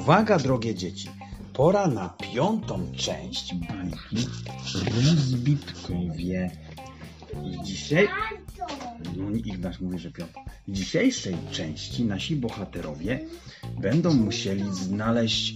Uwaga, drogie dzieci, pora na 5. część bajki Rozbitkowie. I dzisiaj... No, Ignaś mówi, że 5. W dzisiejszej części nasi bohaterowie będą musieli znaleźć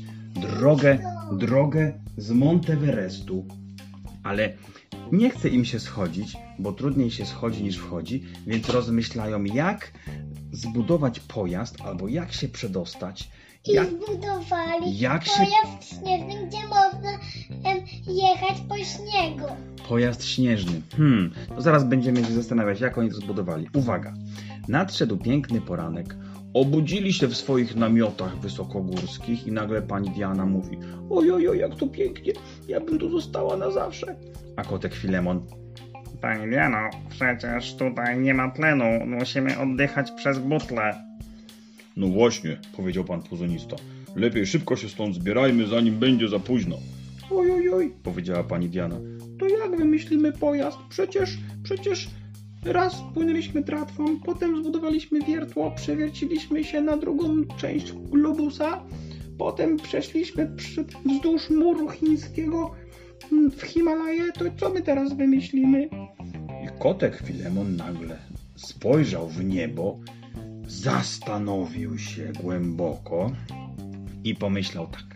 drogę z Monteverestu. Ale nie chce im się schodzić, bo trudniej się schodzi niż wchodzi, więc rozmyślają, jak zbudować pojazd albo jak się przedostać. Zbudowali pojazd śnieżny, gdzie można jechać po śniegu. Pojazd śnieżny. To zaraz będziemy się zastanawiać, jak oni to zbudowali. Uwaga! Nadszedł piękny poranek. Obudzili się w swoich namiotach wysokogórskich i nagle pani Diana mówi: ojoj, jak to pięknie, ja bym tu została na zawsze. A kotek Filemon: pani Diano, przecież tutaj nie ma tlenu, musimy oddychać przez butlę. No właśnie, powiedział pan puzonista. Lepiej szybko się stąd zbierajmy, zanim będzie za późno. Ojoj, powiedziała pani Diana. To jak wymyślimy pojazd? Przecież raz płynęliśmy tratwą, potem zbudowaliśmy wiertło, przewierciliśmy się na drugą część globusa, potem przeszliśmy wzdłuż muru chińskiego w Himalaje. To co my teraz wymyślimy? I kotek Filemon nagle spojrzał w niebo, zastanowił się głęboko i pomyślał tak.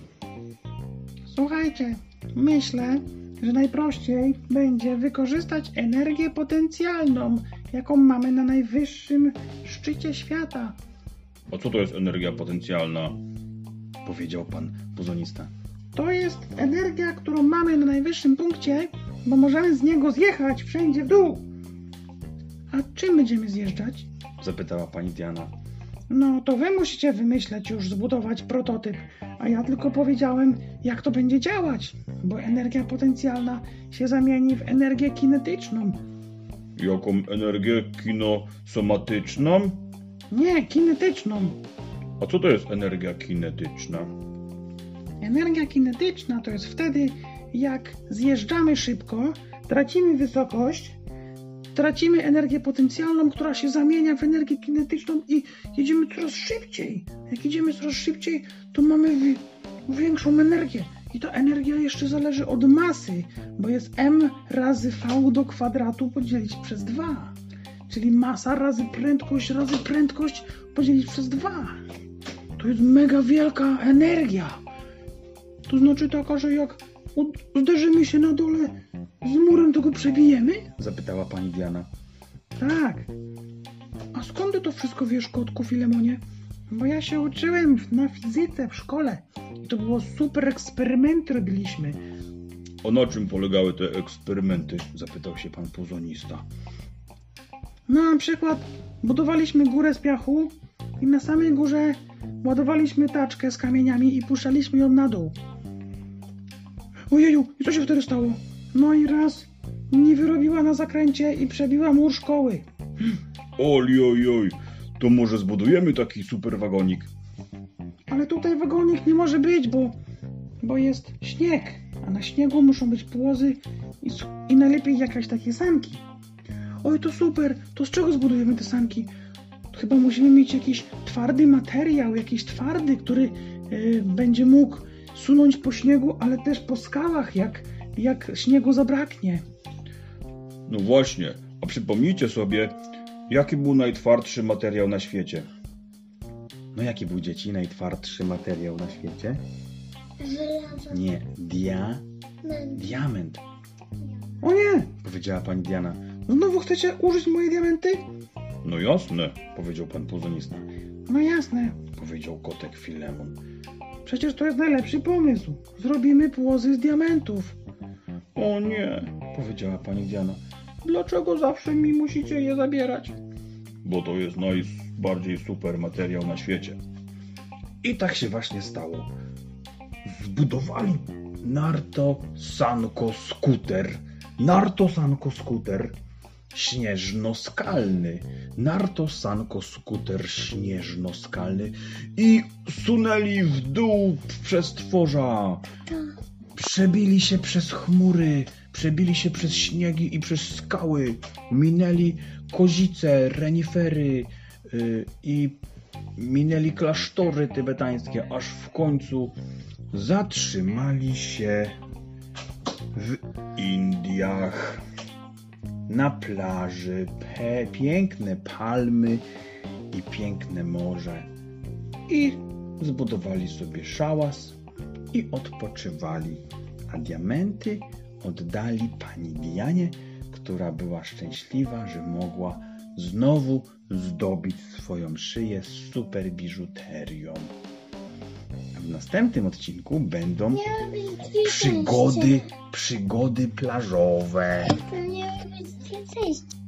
Słuchajcie, myślę, że najprościej będzie wykorzystać energię potencjalną, jaką mamy na najwyższym szczycie świata. A co to jest energia potencjalna? Powiedział pan puzonista. To jest energia, którą mamy na najwyższym punkcie, bo możemy z niego zjechać wszędzie w dół. A czym będziemy zjeżdżać? Zapytała pani Diana. No to wy musicie wymyśleć już, zbudować prototyp, a ja tylko powiedziałem, jak to będzie działać, bo energia potencjalna się zamieni w energię kinetyczną. Jaką energię kinosomatyczną? Nie, kinetyczną. A co to jest energia kinetyczna? Energia kinetyczna to jest wtedy, jak zjeżdżamy szybko, tracimy wysokość, tracimy energię potencjalną, która się zamienia w energię kinetyczną i jedziemy coraz szybciej. Jak jedziemy coraz szybciej, to mamy większą energię. I ta energia jeszcze zależy od masy, bo jest m razy v do kwadratu podzielić przez 2. Czyli masa razy prędkość podzielić przez 2. To jest mega wielka energia. To znaczy taka, że jak zderzymy się na dole z murem, to go przebijemy? Zapytała pani Diana. Tak. A skąd ty to wszystko wiesz, kotku Filemonie? Bo ja się uczyłem na fizyce w szkole. I to było super, eksperymenty robiliśmy. A na czym polegały te eksperymenty? Zapytał się pan puzonista. No, na przykład budowaliśmy górę z piachu i na samej górze ładowaliśmy taczkę z kamieniami i puszczaliśmy ją na dół. Ojeju, i co się wtedy stało? No i raz nie wyrobiła na zakręcie i przebiła mur szkoły. Ojoj, to może zbudujemy taki super wagonik? Ale tutaj wagonik nie może być, bo jest śnieg, a na śniegu muszą być płozy i najlepiej jakieś takie sanki. Oj, to super, to z czego zbudujemy te sanki? Chyba musimy mieć jakiś twardy materiał, jakiś twardy, który będzie mógł sunąć po śniegu, ale też po skałach, jak śniegu zabraknie. No właśnie, a przypomnijcie sobie, jaki był najtwardszy materiał na świecie? No jaki był, dzieci, najtwardszy materiał na świecie? Żelazo. Nie, diament. O nie, powiedziała pani Diana. Znowu chcecie użyć moje diamenty? No jasne, powiedział pan puzonista. No jasne, powiedział kotek Filemon. Przecież to jest najlepszy pomysł. Zrobimy płozy z diamentów. O nie, powiedziała pani Diana. Dlaczego zawsze mi musicie je zabierać? Bo to jest najbardziej super materiał na świecie. I tak się właśnie stało. Zbudowali nartosanko-skuter śnieżno-skalny. Nartosanko-skuter śnieżno-skalny i sunęli w dół przez tworza. Przebili się przez chmury, przebili się przez śniegi i przez skały. Minęli kozice, renifery i minęli klasztory tybetańskie, aż w końcu zatrzymali się w Indiach. Na plaży piękne palmy i piękne morze. I zbudowali sobie szałas i odpoczywali. A diamenty oddali pani Dianie, która była szczęśliwa, że mogła znowu zdobić swoją szyję super biżuterią. A w następnym odcinku będą przygody plażowe. To miały być dwie części.